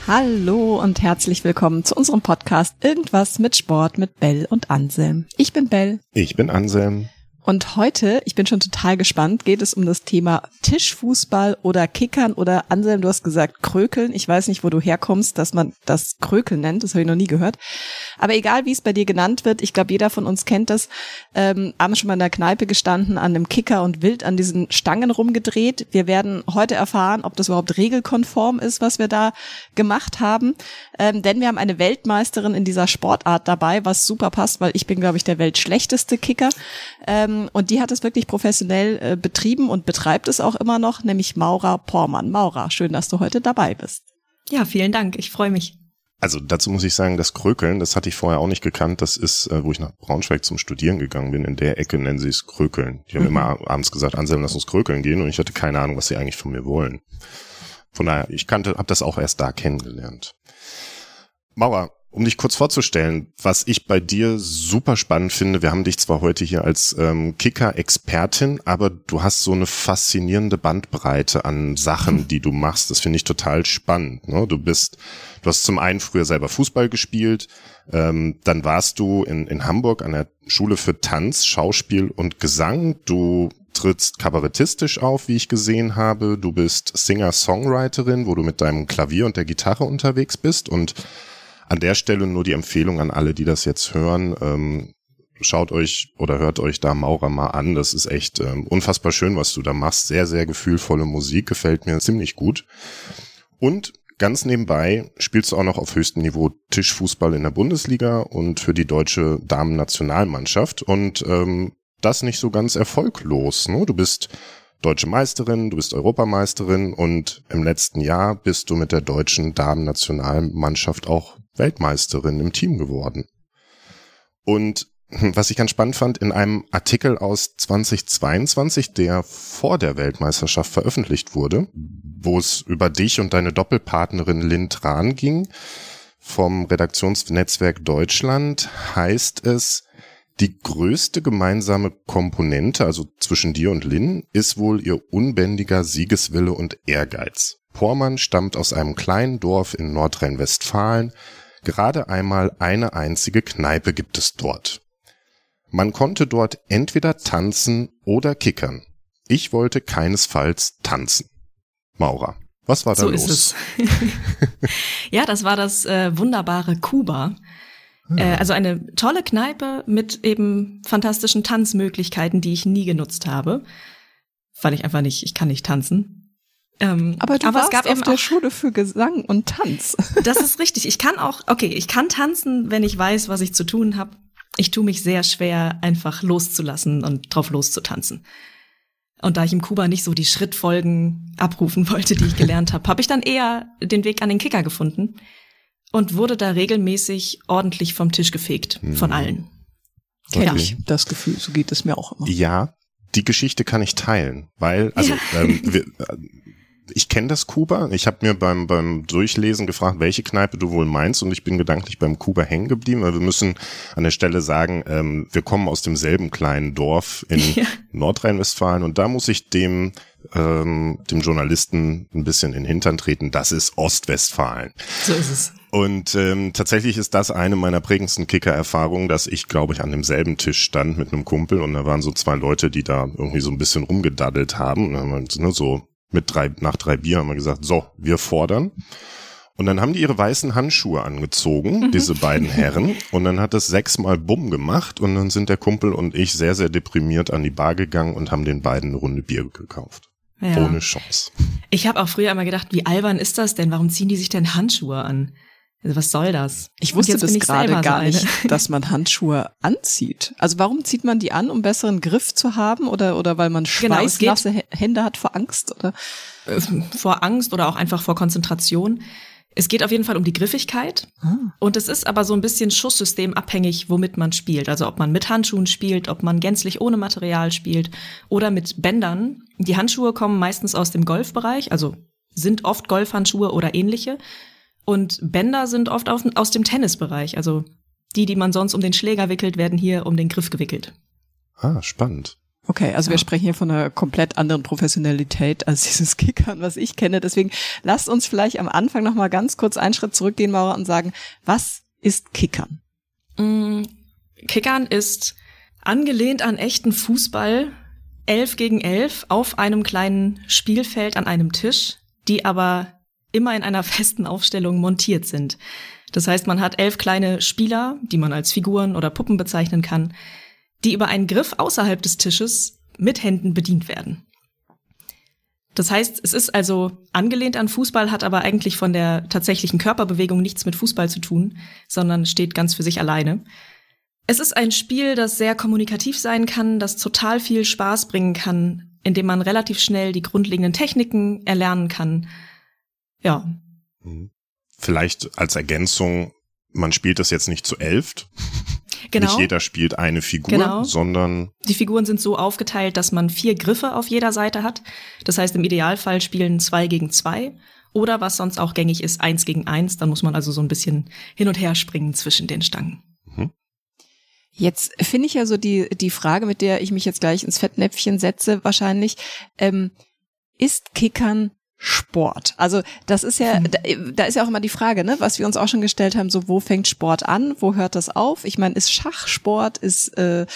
Hallo und herzlich willkommen zu unserem Podcast Irgendwas mit Sport mit Bell und Anselm. Ich bin Bell. Ich bin Anselm. Und heute, ich bin schon total gespannt, geht es um das Thema Tischfußball oder Kickern oder Anselm, du hast gesagt Krökeln. Ich weiß nicht, wo du herkommst, dass man das Krökeln nennt, das habe ich noch nie gehört. Aber egal, wie es bei dir genannt wird, ich glaube, jeder von uns kennt das. Haben schon mal in der Kneipe gestanden, an einem Kicker und wild an diesen Stangen rumgedreht. Wir werden heute erfahren, ob das überhaupt regelkonform ist, was wir da gemacht haben. Denn wir haben eine Weltmeisterin in dieser Sportart dabei, was super passt, weil ich bin, glaube ich, der weltschlechteste Kicker. Und die hat es wirklich professionell betrieben und betreibt es auch immer noch, nämlich Maura Pormann. Maura, schön, dass du heute dabei bist. Ja, vielen Dank, ich freue mich. Also dazu muss ich sagen, das Krökeln, das hatte ich vorher auch nicht gekannt. Das ist, wo ich nach Braunschweig zum Studieren gegangen bin, in der Ecke nennen sie es Krökeln. Die haben immer abends gesagt, Anselm, lass uns krökeln gehen, und ich hatte keine Ahnung, was sie eigentlich von mir wollen. Von daher, habe das auch erst da kennengelernt. Maura, um dich kurz vorzustellen, was ich bei dir super spannend finde, wir haben dich zwar heute hier als Kicker-Expertin, aber du hast so eine faszinierende Bandbreite an Sachen, die du machst. Das finde ich total spannend. Ne? Du hast zum einen früher selber Fußball gespielt, dann warst du in Hamburg an der Schule für Tanz, Schauspiel und Gesang. Du trittst kabarettistisch auf, wie ich gesehen habe. Du bist Singer-Songwriterin, wo du mit deinem Klavier und der Gitarre unterwegs bist, und an der Stelle nur die Empfehlung an alle, die das jetzt hören, schaut euch oder hört euch da Maura mal an. Das ist echt unfassbar schön, was du da machst. Sehr, sehr gefühlvolle Musik, gefällt mir ziemlich gut. Und ganz nebenbei spielst du auch noch auf höchstem Niveau Tischfußball in der Bundesliga und für die deutsche Damen-Nationalmannschaft. Und das nicht so ganz erfolglos. Ne? Du bist Deutsche Meisterin, du bist Europameisterin, und im letzten Jahr bist du mit der deutschen Damen-Nationalmannschaft auch Weltmeisterin im Team geworden. Und was ich ganz spannend fand, in einem Artikel aus 2022, der vor der Weltmeisterschaft veröffentlicht wurde, wo es über dich und deine Doppelpartnerin Lynn Tran ging, vom Redaktionsnetzwerk Deutschland, heißt es: Die größte gemeinsame Komponente, also zwischen dir und Lynn, ist wohl ihr unbändiger Siegeswille und Ehrgeiz. Pormann stammt aus einem kleinen Dorf in Nordrhein-Westfalen. Gerade einmal eine einzige Kneipe gibt es dort. Man konnte dort entweder tanzen oder kickern. Ich wollte keinesfalls tanzen. Maura, was war da los? So ist es. Ja, das war das wunderbare Kuba. Also eine tolle Kneipe mit eben fantastischen Tanzmöglichkeiten, die ich nie genutzt habe, weil ich kann nicht tanzen. Aber warst auf der Schule für Gesang und Tanz. Das ist richtig. Ich kann tanzen, wenn ich weiß, was ich zu tun habe. Ich tue mich sehr schwer, einfach loszulassen und drauf loszutanzen. Und da ich im Kuba nicht so die Schrittfolgen abrufen wollte, die ich gelernt habe, habe ich dann eher den Weg an den Kicker gefunden und wurde da regelmäßig ordentlich vom Tisch gefegt, von allen. Kenn ich das Gefühl, so geht es mir auch immer. Ja, die Geschichte kann ich teilen, weil, also ich kenne das Kuba. Ich habe mir beim Durchlesen gefragt, welche Kneipe du wohl meinst, und ich bin gedanklich beim Kuba hängen geblieben, weil wir müssen an der Stelle sagen, wir kommen aus demselben kleinen Dorf in Nordrhein-Westfalen, und da muss ich dem Journalisten ein bisschen in den Hintern treten. Das ist Ostwestfalen. So ist es. Und tatsächlich ist das eine meiner prägendsten Kicker-Erfahrungen, dass ich, glaube ich, an demselben Tisch stand mit einem Kumpel, und da waren so zwei Leute, die da irgendwie so ein bisschen rumgedaddelt haben. Und dann haben wir, so nach 3 Bier haben wir gesagt, so, wir fordern. Und dann haben die ihre weißen Handschuhe angezogen, diese beiden Herren, und dann hat es 6-mal Bumm gemacht, und dann sind der Kumpel und ich sehr, sehr deprimiert an die Bar gegangen und haben den beiden eine Runde Bier gekauft. Ja. Ohne Chance. Ich habe auch früher immer gedacht, wie albern ist das denn? Warum ziehen die sich denn Handschuhe an? Also was soll das? Ich wusste bis gerade gar nicht, dass man Handschuhe anzieht. Also warum zieht man die an, um besseren Griff zu haben, oder weil man schweißnasse Hände hat vor Angst? Oder? Vor Angst oder auch einfach vor Konzentration. Es geht auf jeden Fall um die Griffigkeit. Und es ist aber so ein bisschen Schusssystem abhängig, womit man spielt. Also ob man mit Handschuhen spielt, ob man gänzlich ohne Material spielt oder mit Bändern. Die Handschuhe kommen meistens aus dem Golfbereich, also sind oft Golfhandschuhe oder ähnliche. Und Bänder sind oft aus dem Tennisbereich. Also die man sonst um den Schläger wickelt, werden hier um den Griff gewickelt. Ah, spannend. Okay, also wir sprechen hier von einer komplett anderen Professionalität als dieses Kickern, was ich kenne. Deswegen lasst uns vielleicht am Anfang noch mal ganz kurz einen Schritt zurückgehen, Maura, und sagen, was ist Kickern? Kickern ist angelehnt an echten Fußball, 11 gegen 11 auf einem kleinen Spielfeld an einem Tisch, die aber immer in einer festen Aufstellung montiert sind. Das heißt, man hat 11 kleine Spieler, die man als Figuren oder Puppen bezeichnen kann, die über einen Griff außerhalb des Tisches mit Händen bedient werden. Das heißt, es ist also angelehnt an Fußball, hat aber eigentlich von der tatsächlichen Körperbewegung nichts mit Fußball zu tun, sondern steht ganz für sich alleine. Es ist ein Spiel, das sehr kommunikativ sein kann, das total viel Spaß bringen kann, indem man relativ schnell die grundlegenden Techniken erlernen kann. Ja. Vielleicht als Ergänzung, man spielt das jetzt nicht zu 11. Genau. Nicht jeder spielt eine Figur, sondern... Die Figuren sind so aufgeteilt, dass man 4 Griffe auf jeder Seite hat. Das heißt, im Idealfall spielen 2 gegen 2 oder was sonst auch gängig ist, 1 gegen 1. Dann muss man also so ein bisschen hin und her springen zwischen den Stangen. Jetzt finde ich ja so die Frage, mit der ich mich jetzt gleich ins Fettnäpfchen setze, wahrscheinlich, ist Kickern Sport? Also das ist ja, da ist ja auch immer die Frage, ne, was wir uns auch schon gestellt haben, so wo fängt Sport an, wo hört das auf? Ich meine, ist Schachsport, ist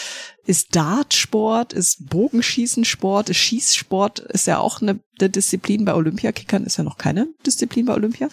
Dartsport, ist Bogenschießen Sport, ist Schießsport, ist ja auch eine Disziplin bei Olympia. Kickern ist ja noch keine Disziplin bei Olympia.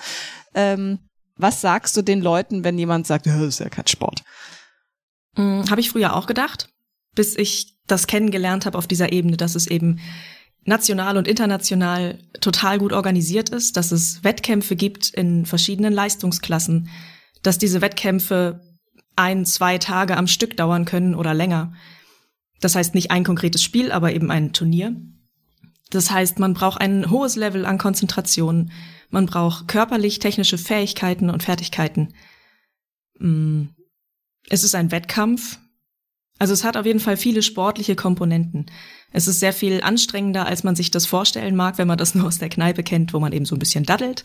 Was sagst du den Leuten, wenn jemand sagt, das ist ja kein Sport? Habe ich früher auch gedacht, bis ich das kennengelernt habe auf dieser Ebene, dass es eben national und international total gut organisiert ist, dass es Wettkämpfe gibt in verschiedenen Leistungsklassen, dass diese Wettkämpfe 1-2 Tage am Stück dauern können oder länger. Das heißt nicht ein konkretes Spiel, aber eben ein Turnier. Das heißt, man braucht ein hohes Level an Konzentration, man braucht körperlich-technische Fähigkeiten und Fertigkeiten. Es ist ein Wettkampf. Also es hat auf jeden Fall viele sportliche Komponenten. Es ist sehr viel anstrengender, als man sich das vorstellen mag, wenn man das nur aus der Kneipe kennt, wo man eben so ein bisschen daddelt.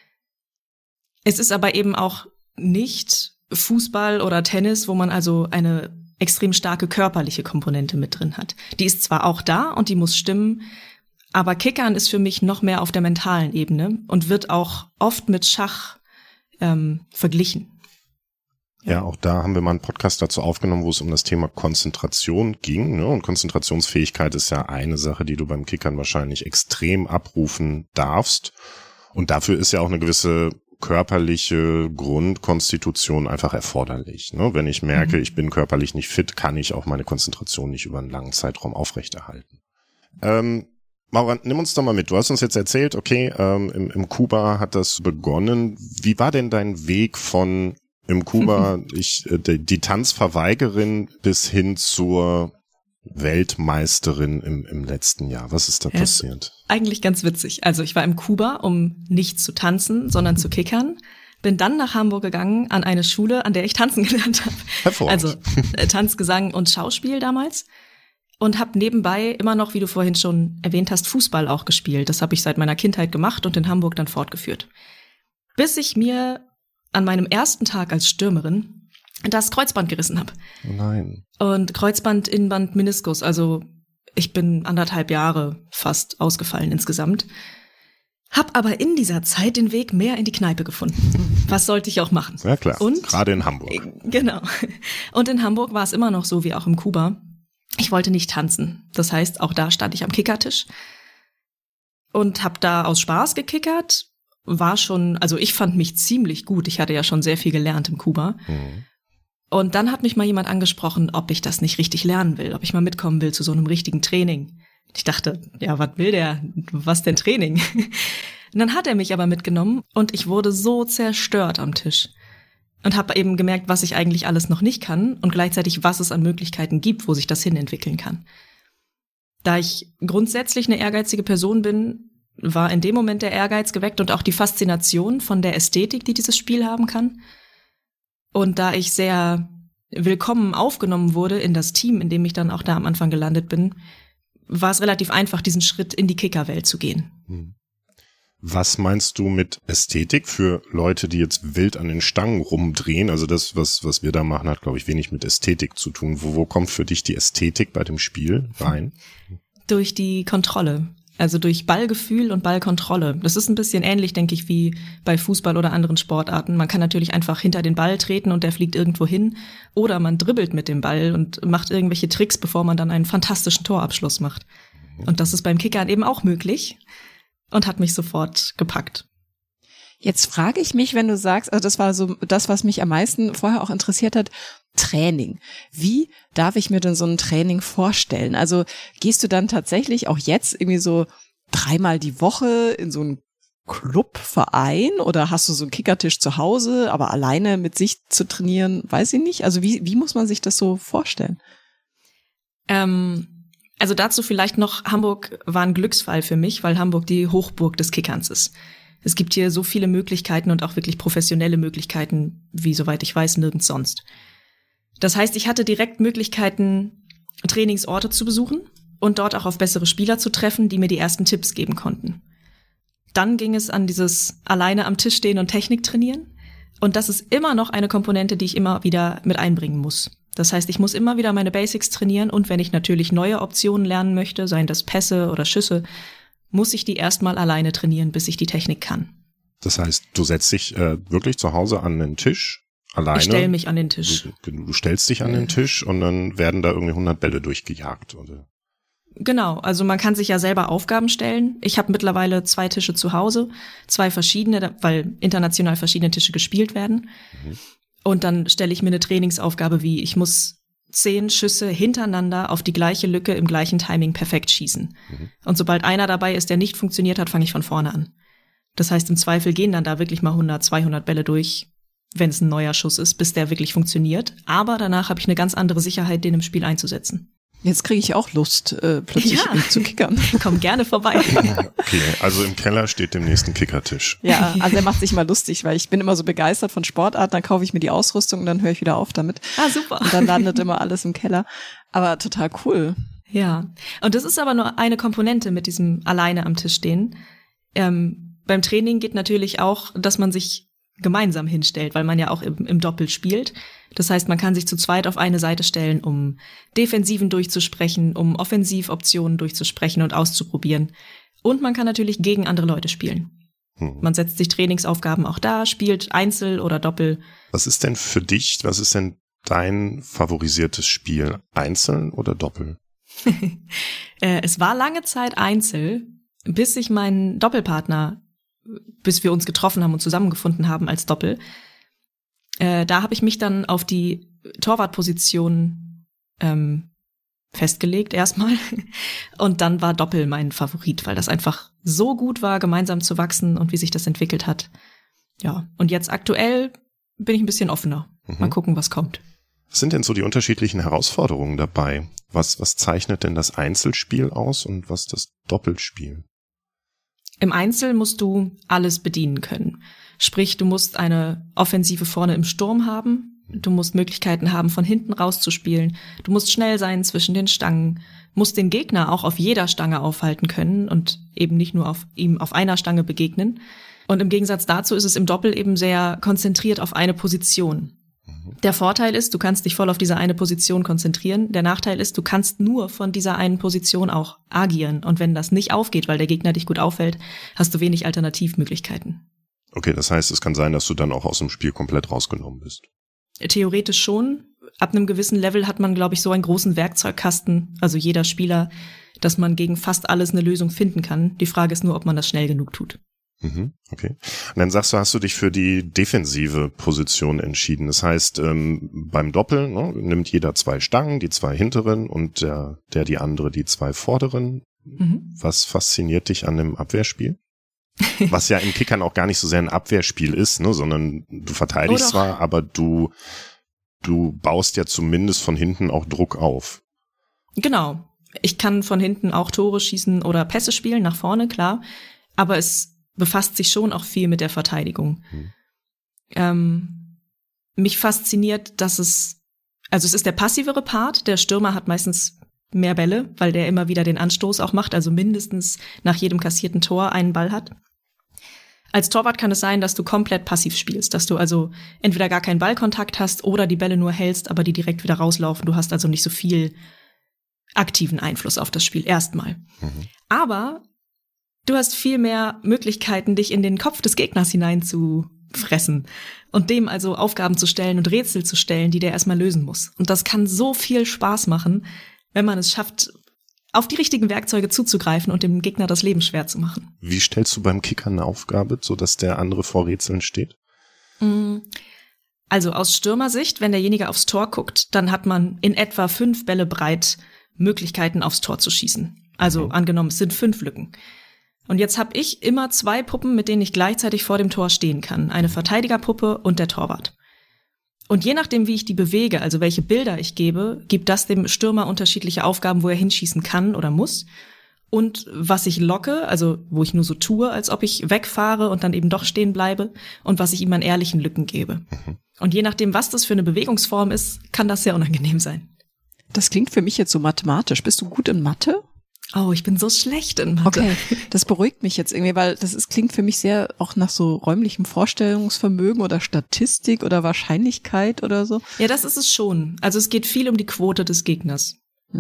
Es ist aber eben auch nicht Fußball oder Tennis, wo man also eine extrem starke körperliche Komponente mit drin hat. Die ist zwar auch da und die muss stimmen, aber Kickern ist für mich noch mehr auf der mentalen Ebene und wird auch oft mit Schach verglichen. Ja, auch da haben wir mal einen Podcast dazu aufgenommen, wo es um das Thema Konzentration ging. Ne? Und Konzentrationsfähigkeit ist ja eine Sache, die du beim Kickern wahrscheinlich extrem abrufen darfst. Und dafür ist ja auch eine gewisse körperliche Grundkonstitution einfach erforderlich. Ne? Wenn ich merke, ich bin körperlich nicht fit, kann ich auch meine Konzentration nicht über einen langen Zeitraum aufrechterhalten. Maura, nimm uns doch mal mit. Du hast uns jetzt erzählt, okay, im Kuba hat das begonnen. Wie war denn dein Weg von im Kuba die Tanzverweigerin bis hin zur Weltmeisterin im letzten Jahr? Was ist da passiert? Eigentlich ganz witzig. Also ich war im Kuba, um nicht zu tanzen, sondern zu kickern. Bin dann nach Hamburg gegangen an eine Schule, an der ich tanzen gelernt habe. Hervorragend. Also Tanz, Gesang und Schauspiel damals. Und habe nebenbei immer noch, wie du vorhin schon erwähnt hast, Fußball auch gespielt. Das habe ich seit meiner Kindheit gemacht und in Hamburg dann fortgeführt. Bis ich mir an meinem ersten Tag als Stürmerin das Kreuzband gerissen habe. Nein. Und Kreuzband, Innenband, Meniskus. Also ich bin 1,5 Jahre fast ausgefallen insgesamt. Hab aber in dieser Zeit den Weg mehr in die Kneipe gefunden. Was sollte ich auch machen? Ja klar, und gerade in Hamburg. Genau. Und in Hamburg war es immer noch so wie auch im Kuba. Ich wollte nicht tanzen. Das heißt, auch da stand ich am Kickertisch und hab da aus Spaß gekickert. War schon, also ich fand mich ziemlich gut. Ich hatte ja schon sehr viel gelernt im Kuba. Und dann hat mich mal jemand angesprochen, ob ich das nicht richtig lernen will, ob ich mal mitkommen will zu so einem richtigen Training. Ich dachte, ja, was will der? Was denn Training? Und dann hat er mich aber mitgenommen und ich wurde so zerstört am Tisch. Und habe eben gemerkt, was ich eigentlich alles noch nicht kann und gleichzeitig, was es an Möglichkeiten gibt, wo sich das hin entwickeln kann. Da ich grundsätzlich eine ehrgeizige Person bin, war in dem Moment der Ehrgeiz geweckt und auch die Faszination von der Ästhetik, die dieses Spiel haben kann. Und da ich sehr willkommen aufgenommen wurde in das Team, in dem ich dann auch da am Anfang gelandet bin, war es relativ einfach, diesen Schritt in die Kickerwelt zu gehen. Was meinst du mit Ästhetik für Leute, die jetzt wild an den Stangen rumdrehen? Also das, was wir da machen, hat, glaube ich, wenig mit Ästhetik zu tun. Wo kommt für dich die Ästhetik bei dem Spiel rein? Durch die Kontrolle. Also durch Ballgefühl und Ballkontrolle. Das ist ein bisschen ähnlich, denke ich, wie bei Fußball oder anderen Sportarten. Man kann natürlich einfach hinter den Ball treten und der fliegt irgendwo hin. Oder man dribbelt mit dem Ball und macht irgendwelche Tricks, bevor man dann einen fantastischen Torabschluss macht. Und das ist beim Kickern eben auch möglich. Und hat mich sofort gepackt. Jetzt frage ich mich, wenn du sagst, also das war so das, was mich am meisten vorher auch interessiert hat, Training. Wie darf ich mir denn so ein Training vorstellen? Also gehst du dann tatsächlich auch jetzt irgendwie so 3-mal die Woche in so einen Clubverein oder hast du so einen Kickertisch zu Hause, aber alleine mit sich zu trainieren, weiß ich nicht. Also wie muss man sich das so vorstellen? Also dazu vielleicht noch, Hamburg war ein Glücksfall für mich, weil Hamburg die Hochburg des Kickerns ist. Es gibt hier so viele Möglichkeiten und auch wirklich professionelle Möglichkeiten, wie soweit ich weiß, nirgends sonst. Das heißt, ich hatte direkt Möglichkeiten, Trainingsorte zu besuchen und dort auch auf bessere Spieler zu treffen, die mir die ersten Tipps geben konnten. Dann ging es an dieses alleine am Tisch stehen und Technik trainieren. Und das ist immer noch eine Komponente, die ich immer wieder mit einbringen muss. Das heißt, ich muss immer wieder meine Basics trainieren und wenn ich natürlich neue Optionen lernen möchte, seien das Pässe oder Schüsse, muss ich die erstmal alleine trainieren, bis ich die Technik kann. Das heißt, du setzt dich wirklich zu Hause an den Tisch, alleine? Ich stelle mich an den Tisch. Du stellst dich an den Tisch und dann werden da irgendwie 100 Bälle durchgejagt, oder? Genau, also man kann sich ja selber Aufgaben stellen. Ich habe mittlerweile 2 Tische zu Hause, 2 verschiedene, weil international verschiedene Tische gespielt werden. Mhm. Und dann stelle ich mir eine Trainingsaufgabe wie, ich muss 10 Schüsse hintereinander auf die gleiche Lücke im gleichen Timing perfekt schießen. Mhm. Und sobald einer dabei ist, der nicht funktioniert hat, fange ich von vorne an. Das heißt, im Zweifel gehen dann da wirklich mal 100, 200 Bälle durch, wenn es ein neuer Schuss ist, bis der wirklich funktioniert. Aber danach habe ich eine ganz andere Sicherheit, den im Spiel einzusetzen. Jetzt kriege ich auch Lust, plötzlich zu kickern. Komm gerne vorbei. Okay, also im Keller steht demnächst ein Kickertisch. Ja, also er macht sich mal lustig, weil ich bin immer so begeistert von Sportarten, dann kaufe ich mir die Ausrüstung und dann höre ich wieder auf damit. Ah, super. Und dann landet immer alles im Keller. Aber total cool. Ja, und das ist aber nur eine Komponente mit diesem alleine am Tisch stehen. Beim Training geht natürlich auch, dass man sich gemeinsam hinstellt, weil man ja auch im Doppel spielt. Das heißt, man kann sich zu zweit auf eine Seite stellen, um Defensiven durchzusprechen, um Offensivoptionen durchzusprechen und auszuprobieren. Und man kann natürlich gegen andere Leute spielen. Man setzt sich Trainingsaufgaben auch da, spielt Einzel oder Doppel. Was ist denn für dich, was ist denn dein favorisiertes Spiel? Einzel oder Doppel? Es war lange Zeit Einzel, bis ich meinen Doppelpartner, bis wir uns getroffen haben und zusammengefunden haben als Doppel. Da habe ich mich dann auf die Torwartposition festgelegt erstmal. Und dann war Doppel mein Favorit, weil das einfach so gut war, gemeinsam zu wachsen und wie sich das entwickelt hat. Ja, und jetzt aktuell bin ich ein bisschen offener. Mal gucken, was kommt. Was sind denn so die unterschiedlichen Herausforderungen dabei? Was zeichnet denn das Einzelspiel aus und was das Doppelspiel? Im Einzel musst du alles bedienen können. Sprich, du musst eine Offensive vorne im Sturm haben. Du musst Möglichkeiten haben, von hinten rauszuspielen. Du musst schnell sein zwischen den Stangen. Musst den Gegner auch auf jeder Stange aufhalten können und eben nicht nur ihm auf einer Stange begegnen. Und im Gegensatz dazu ist es im Doppel eben sehr konzentriert auf eine Position. Der Vorteil ist, du kannst dich voll auf diese eine Position konzentrieren. Der Nachteil ist, du kannst nur von dieser einen Position auch agieren. Und wenn das nicht aufgeht, weil der Gegner dich gut auffällt, hast du wenig Alternativmöglichkeiten. Okay, das heißt, es kann sein, dass du dann auch aus dem Spiel komplett rausgenommen bist. Theoretisch schon. Ab einem gewissen Level hat man, glaube ich, so einen großen Werkzeugkasten, also jeder Spieler, dass man gegen fast alles eine Lösung finden kann. Die Frage ist nur, ob man das schnell genug tut. Okay. Und dann sagst du, hast du dich für die defensive Position entschieden. Das heißt, beim Doppel nimmt jeder 2 Stangen, die 2 hinteren und die andere die 2 vorderen. Was fasziniert dich an dem Abwehrspiel? Was ja im Kickern auch gar nicht so sehr ein Abwehrspiel ist, ne, sondern du verteidigst zwar, aber du baust ja zumindest von hinten auch Druck auf. Genau. Ich kann von hinten auch Tore schießen oder Pässe spielen, nach vorne, klar. Aber es befasst sich schon auch viel mit der Verteidigung. Mich fasziniert, dass es ist der passivere Part. Der Stürmer hat meistens mehr Bälle, weil der immer wieder den Anstoß auch macht, also mindestens nach jedem kassierten Tor einen Ball hat. Als Torwart kann es sein, dass du komplett passiv spielst, dass du also entweder gar keinen Ballkontakt hast oder die Bälle nur hältst, aber die direkt wieder rauslaufen. Du hast also nicht so viel aktiven Einfluss auf das Spiel erstmal. Aber du hast viel mehr Möglichkeiten, dich in den Kopf des Gegners hineinzufressen und dem also Aufgaben zu stellen und Rätsel zu stellen, die der erstmal lösen muss. Und das kann so viel Spaß machen, wenn man es schafft, auf die richtigen Werkzeuge zuzugreifen und dem Gegner das Leben schwer zu machen. Wie stellst du beim Kicker eine Aufgabe, sodass der andere vor Rätseln steht? Also aus Stürmersicht, wenn derjenige aufs Tor guckt, dann hat man in etwa 5 Bälle breit Möglichkeiten aufs Tor zu schießen. Also angenommen, es sind 5 Lücken. Und jetzt habe ich immer 2 Puppen, mit denen ich gleichzeitig vor dem Tor stehen kann. Eine Verteidigerpuppe und der Torwart. Und je nachdem, wie ich die bewege, also welche Bilder ich gebe, gibt das dem Stürmer unterschiedliche Aufgaben, wo er hinschießen kann oder muss. Und was ich locke, also wo ich nur so tue, als ob ich wegfahre und dann eben doch stehen bleibe. Und was ich ihm an ehrlichen Lücken gebe. Und je nachdem, was das für eine Bewegungsform ist, kann das sehr unangenehm sein. Das klingt für mich jetzt so mathematisch. Bist du gut in Mathe? Oh, ich bin so schlecht in Mathe. Okay, das beruhigt mich jetzt irgendwie, weil klingt für mich sehr auch nach so räumlichem Vorstellungsvermögen oder Statistik oder Wahrscheinlichkeit oder so. Ja, das ist es schon. Also es geht viel um die Quote des Gegners.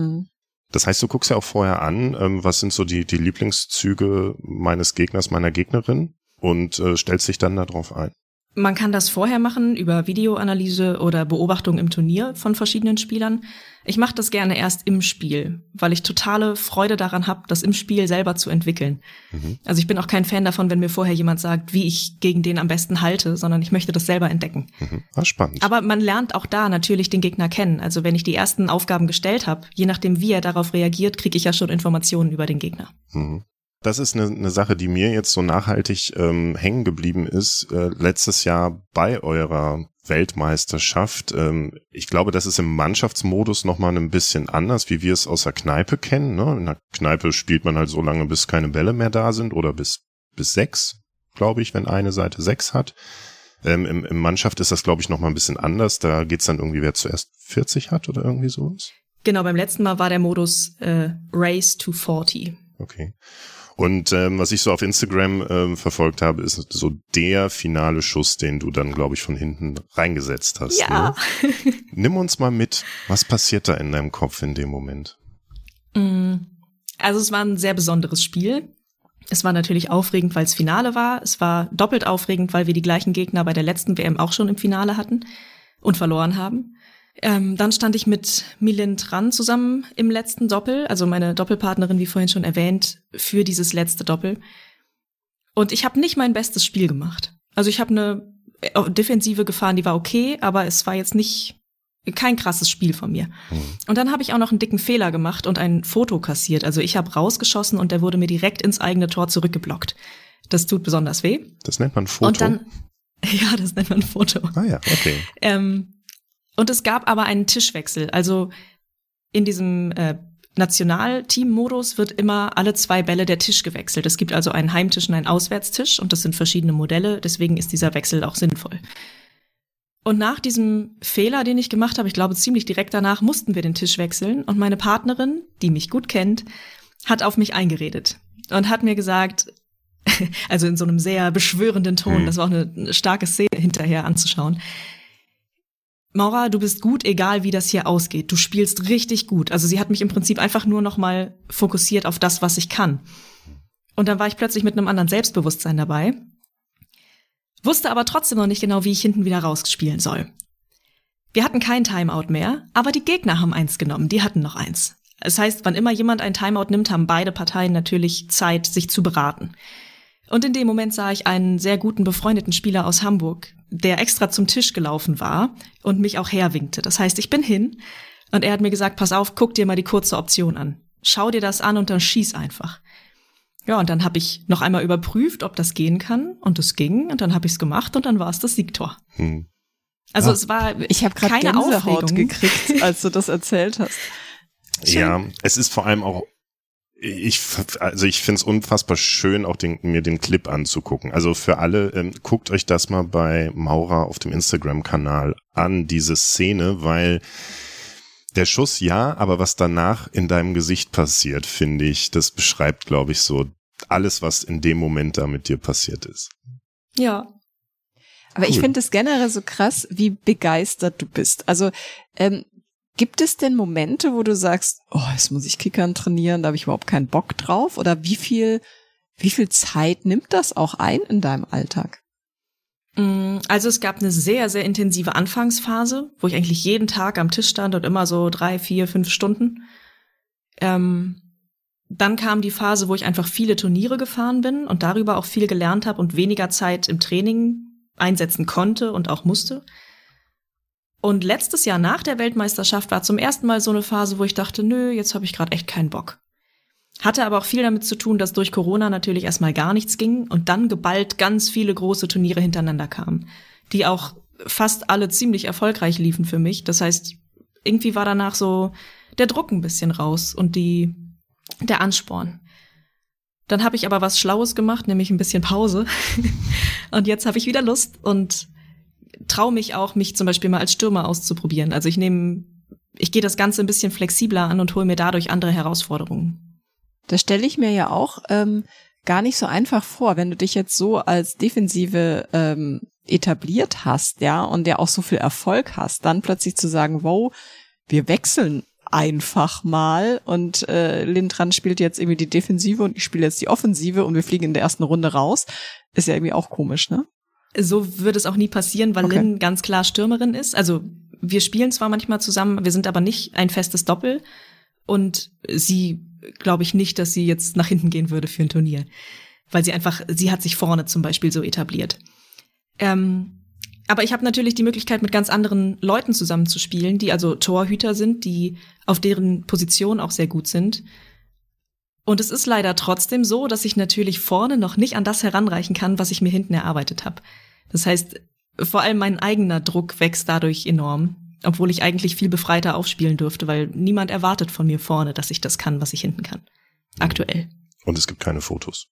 Das heißt, du guckst ja auch vorher an, was sind so die Lieblingszüge meines Gegners, meiner Gegnerin und stellst dich dann darauf ein. Man kann das vorher machen über Videoanalyse oder Beobachtung im Turnier von verschiedenen Spielern. Ich mache das gerne erst im Spiel, weil ich totale Freude daran habe, das im Spiel selber zu entwickeln. Also ich bin auch kein Fan davon, wenn mir vorher jemand sagt, wie ich gegen den am besten halte, sondern ich möchte das selber entdecken. Spannend. Aber man lernt auch da natürlich den Gegner kennen. Also wenn ich die ersten Aufgaben gestellt habe, je nachdem, wie er darauf reagiert, kriege ich ja schon Informationen über den Gegner. Das ist eine Sache, die mir jetzt so nachhaltig hängen geblieben ist, letztes Jahr bei eurer Weltmeisterschaft. Ich glaube, das ist im Mannschaftsmodus nochmal ein bisschen anders, wie wir es aus der Kneipe kennen. Ne? In der Kneipe spielt man halt so lange, bis keine Bälle mehr da sind oder bis 6, glaube ich, wenn eine Seite 6 hat. Im Mannschaft ist das, glaube ich, nochmal ein bisschen anders. Da geht's dann irgendwie, wer zuerst 40 hat oder irgendwie sowas. Genau, beim letzten Mal war der Modus Race to 40. Okay. Und was ich so auf Instagram verfolgt habe, ist so der finale Schuss, den du dann, glaube ich, von hinten reingesetzt hast. Ja. Ne? Nimm uns mal mit, was passiert da in deinem Kopf in dem Moment? Also es war ein sehr besonderes Spiel. Es war natürlich aufregend, weil es Finale war. Es war doppelt aufregend, weil wir die gleichen Gegner bei der letzten WM auch schon im Finale hatten und verloren haben. Dann stand ich mit Milin Tran zusammen im letzten Doppel, also meine Doppelpartnerin, wie vorhin schon erwähnt, für dieses letzte Doppel. Und ich habe nicht mein bestes Spiel gemacht. Also ich habe eine Defensive gefahren, die war okay, aber es war jetzt kein krasses Spiel von mir. Und dann habe ich auch noch einen dicken Fehler gemacht und ein Foto kassiert. Also ich habe rausgeschossen und der wurde mir direkt ins eigene Tor zurückgeblockt. Das tut besonders weh. Das nennt man Foto? Und dann, ja, das nennt man Foto. Ah ja, okay. Und es gab aber einen Tischwechsel. Also in diesem Nationalteam-Modus wird immer alle 2 Bälle der Tisch gewechselt. Es gibt also einen Heimtisch und einen Auswärtstisch und das sind verschiedene Modelle. Deswegen ist dieser Wechsel auch sinnvoll. Und nach diesem Fehler, den ich gemacht habe, ich glaube ziemlich direkt danach, mussten wir den Tisch wechseln. Und meine Partnerin, die mich gut kennt, hat auf mich eingeredet und hat mir gesagt, also in so einem sehr beschwörenden Ton, das war auch eine starke Szene hinterher anzuschauen, Maura, du bist gut, egal wie das hier ausgeht. Du spielst richtig gut. Also sie hat mich im Prinzip einfach nur noch mal fokussiert auf das, was ich kann. Und dann war ich plötzlich mit einem anderen Selbstbewusstsein dabei, wusste aber trotzdem noch nicht genau, wie ich hinten wieder rausspielen soll. Wir hatten kein Timeout mehr, aber die Gegner haben eins genommen, die hatten noch eins. Das heißt, wann immer jemand ein Timeout nimmt, haben beide Parteien natürlich Zeit, sich zu beraten. Und in dem Moment sah ich einen sehr guten befreundeten Spieler aus Hamburg, der extra zum Tisch gelaufen war und mich auch herwinkte. Das heißt, ich bin hin und er hat mir gesagt, pass auf, guck dir mal die kurze Option an. Schau dir das an und dann schieß einfach. Ja, und dann habe ich noch einmal überprüft, ob das gehen kann und es ging und dann habe ich es gemacht und dann war es das Siegtor. Also es war ich habe gerade Gänsehaut Aufregung gekriegt, als du das erzählt hast. Ja, es ist vor allem auch ich finde es unfassbar schön, auch mir den Clip anzugucken. Also für alle, guckt euch das mal bei Maura auf dem Instagram-Kanal an, diese Szene, weil der Schuss ja, aber was danach in deinem Gesicht passiert, finde ich, das beschreibt, glaube ich, so alles, was in dem Moment da mit dir passiert ist. Ja. Aber ich finde es generell so krass, wie begeistert du bist. Also gibt es denn Momente, wo du sagst, oh, jetzt muss ich Kickern trainieren, da habe ich überhaupt keinen Bock drauf? Oder wie viel Zeit nimmt das auch ein in deinem Alltag? Also es gab eine sehr, sehr intensive Anfangsphase, wo ich eigentlich jeden Tag am Tisch stand und immer so 3, 4, 5 Stunden. Dann kam die Phase, wo ich einfach viele Turniere gefahren bin und darüber auch viel gelernt habe und weniger Zeit im Training einsetzen konnte und auch musste. Und letztes Jahr nach der Weltmeisterschaft war zum ersten Mal so eine Phase, wo ich dachte, nö, jetzt habe ich gerade echt keinen Bock. Hatte aber auch viel damit zu tun, dass durch Corona natürlich erstmal gar nichts ging und dann geballt ganz viele große Turniere hintereinander kamen, die auch fast alle ziemlich erfolgreich liefen für mich. Das heißt, irgendwie war danach so der Druck ein bisschen raus und der Ansporn. Dann habe ich aber was Schlaues gemacht, nämlich ein bisschen Pause. Und jetzt habe ich wieder Lust und traue mich auch, mich zum Beispiel mal als Stürmer auszuprobieren. Also ich gehe das Ganze ein bisschen flexibler an und hole mir dadurch andere Herausforderungen. Das stelle ich mir ja auch gar nicht so einfach vor, wenn du dich jetzt so als Defensive etabliert hast, ja, und ja auch so viel Erfolg hast, dann plötzlich zu sagen, wow, wir wechseln einfach mal und Lindran spielt jetzt irgendwie die Defensive und ich spiele jetzt die Offensive und wir fliegen in der ersten Runde raus, ist ja irgendwie auch komisch, ne? So wird es auch nie passieren, weil Lynn ganz klar Stürmerin ist. Also wir spielen zwar manchmal zusammen, wir sind aber nicht ein festes Doppel und sie glaube ich nicht, dass sie jetzt nach hinten gehen würde für ein Turnier, weil sie hat sich vorne zum Beispiel so etabliert. Aber ich habe natürlich die Möglichkeit, mit ganz anderen Leuten zusammenzuspielen, die also Torhüter sind, die auf deren Position auch sehr gut sind. Und es ist leider trotzdem so, dass ich natürlich vorne noch nicht an das heranreichen kann, was ich mir hinten erarbeitet habe. Das heißt, vor allem mein eigener Druck wächst dadurch enorm, obwohl ich eigentlich viel befreiter aufspielen dürfte, weil niemand erwartet von mir vorne, dass ich das kann, was ich hinten kann. Aktuell. Und es gibt keine Fotos.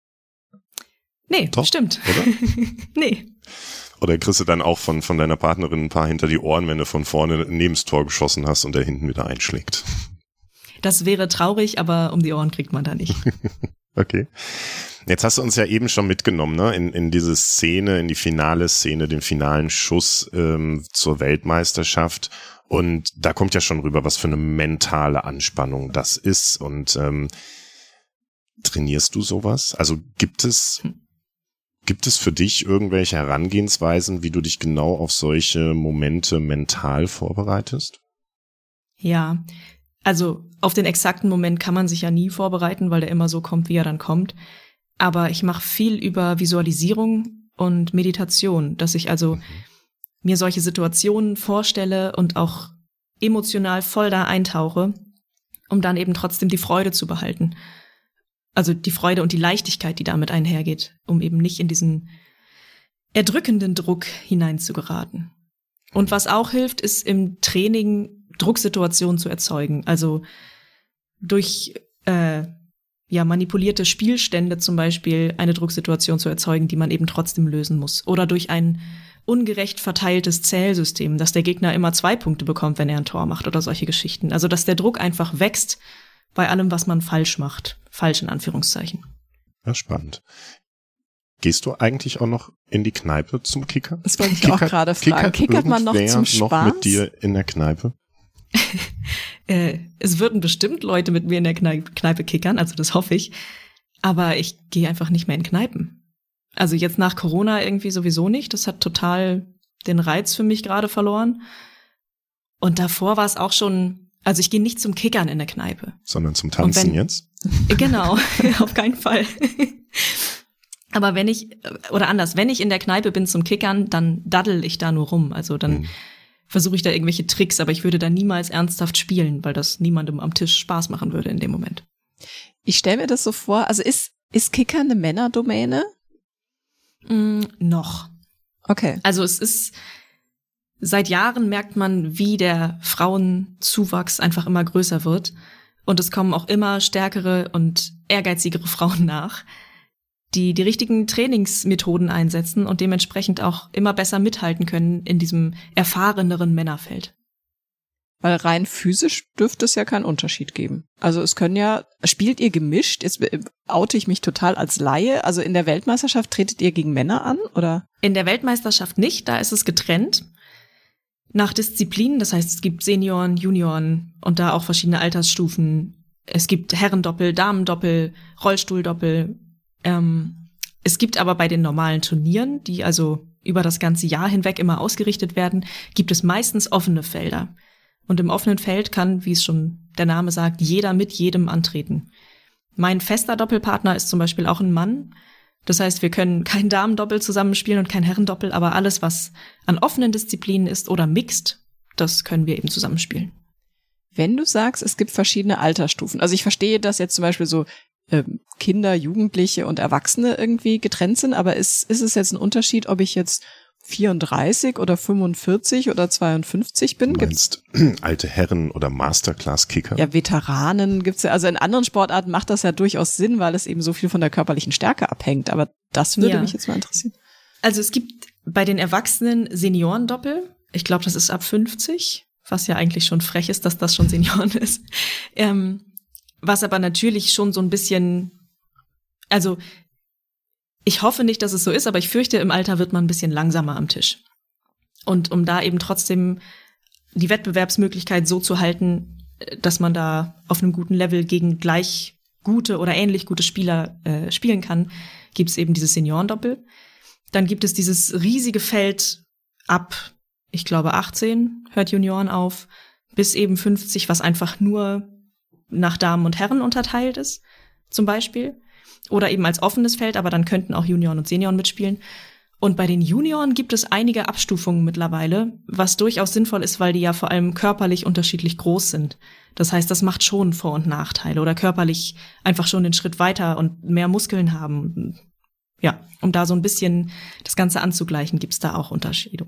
Nee, doch, stimmt. Oder? Nee. Oder kriegst du dann auch von deiner Partnerin ein paar hinter die Ohren, wenn du von vorne neben das Tor geschossen hast und der hinten wieder einschlägt? Das wäre traurig, aber um die Ohren kriegt man da nicht. Okay. Jetzt hast du uns ja eben schon mitgenommen, ne, in diese Szene, in die finale Szene, den finalen Schuss zur Weltmeisterschaft. Und da kommt ja schon rüber, was für eine mentale Anspannung das ist. Und trainierst du sowas? Also gibt es für dich irgendwelche Herangehensweisen, wie du dich genau auf solche Momente mental vorbereitest? Ja, also auf den exakten Moment kann man sich ja nie vorbereiten, weil der immer so kommt, wie er dann kommt. Aber ich mache viel über Visualisierung und Meditation, dass ich also mir solche Situationen vorstelle und auch emotional voll da eintauche, um dann eben trotzdem die Freude zu behalten. Also die Freude und die Leichtigkeit, die damit einhergeht, um eben nicht in diesen erdrückenden Druck hineinzugeraten. Und was auch hilft, ist im Training Drucksituationen zu erzeugen. Also durch manipulierte Spielstände zum Beispiel eine Drucksituation zu erzeugen, die man eben trotzdem lösen muss. Oder durch ein ungerecht verteiltes Zählsystem, dass der Gegner immer 2 Punkte bekommt, wenn er ein Tor macht oder solche Geschichten. Also dass der Druck einfach wächst bei allem, was man falsch macht. Falsch in Anführungszeichen. Ja, spannend. Gehst du eigentlich auch noch in die Kneipe zum Kickern? Das wollte ich auch gerade fragen. Kickert man noch zum Spaß? Noch mit dir in der Kneipe? Es würden bestimmt Leute mit mir in der Kneipe kickern, also das hoffe ich. Aber ich gehe einfach nicht mehr in Kneipen. Also jetzt nach Corona irgendwie sowieso nicht. Das hat total den Reiz für mich gerade verloren. Und davor war es auch schon, also ich gehe nicht zum Kickern in der Kneipe. Sondern zum Tanzen jetzt? Genau, auf keinen Fall. Aber wenn ich in der Kneipe bin zum Kickern, dann daddel ich da nur rum. Also dann versuche ich da irgendwelche Tricks, aber ich würde da niemals ernsthaft spielen, weil das niemandem am Tisch Spaß machen würde in dem Moment. Ich stelle mir das so vor, also ist Kickern eine Männerdomäne? Noch. Okay. Also es ist, seit Jahren merkt man, wie der Frauenzuwachs einfach immer größer wird. Und es kommen auch immer stärkere und ehrgeizigere Frauen nach, die richtigen Trainingsmethoden einsetzen und dementsprechend auch immer besser mithalten können in diesem erfahreneren Männerfeld. Weil rein physisch dürfte es ja keinen Unterschied geben. Also es können ja, spielt ihr gemischt? Jetzt oute ich mich total als Laie. Also in der Weltmeisterschaft tretet ihr gegen Männer an, oder? In der Weltmeisterschaft nicht, da ist es getrennt. Nach Disziplinen, das heißt, es gibt Senioren, Junioren und da auch verschiedene Altersstufen. Es gibt Herrendoppel, Damendoppel, Rollstuhldoppel. Es gibt aber bei den normalen Turnieren, die also über das ganze Jahr hinweg immer ausgerichtet werden, gibt es meistens offene Felder. Und im offenen Feld kann, wie es schon der Name sagt, jeder mit jedem antreten. Mein fester Doppelpartner ist zum Beispiel auch ein Mann. Das heißt, wir können kein Damendoppel zusammenspielen und kein Herrendoppel, aber alles, was an offenen Disziplinen ist oder mixed, das können wir eben zusammenspielen. Wenn du sagst, es gibt verschiedene Altersstufen, also ich verstehe, dass jetzt zum Beispiel so Kinder, Jugendliche und Erwachsene irgendwie getrennt sind, aber ist es jetzt ein Unterschied, ob ich jetzt 34 oder 45 oder 52 bin? Du meinst alte Herren oder Masterclass-Kicker? Ja, Veteranen gibt's ja. Also in anderen Sportarten macht das ja durchaus Sinn, weil es eben so viel von der körperlichen Stärke abhängt. Aber das würde mich jetzt mal interessieren. Also es gibt bei den Erwachsenen Seniorendoppel. Ich glaube, das ist ab 50, was ja eigentlich schon frech ist, dass das schon Senioren ist. Was aber natürlich schon so ein bisschen, also ich hoffe nicht, dass es so ist, aber ich fürchte, im Alter wird man ein bisschen langsamer am Tisch. Und um da eben trotzdem die Wettbewerbsmöglichkeit so zu halten, dass man da auf einem guten Level gegen gleich gute oder ähnlich gute Spieler spielen kann, gibt es eben dieses Seniorendoppel. Dann gibt es dieses riesige Feld ab, ich glaube 18, hört Junioren auf, bis eben 50, was einfach nur nach Damen und Herren unterteilt ist, zum Beispiel. Oder eben als offenes Feld, aber dann könnten auch Junioren und Senioren mitspielen. Und bei den Junioren gibt es einige Abstufungen mittlerweile, was durchaus sinnvoll ist, weil die ja vor allem körperlich unterschiedlich groß sind. Das heißt, das macht schon Vor- und Nachteile oder körperlich einfach schon den Schritt weiter und mehr Muskeln haben. Ja, um da so ein bisschen das Ganze anzugleichen, gibt's da auch Unterschiede.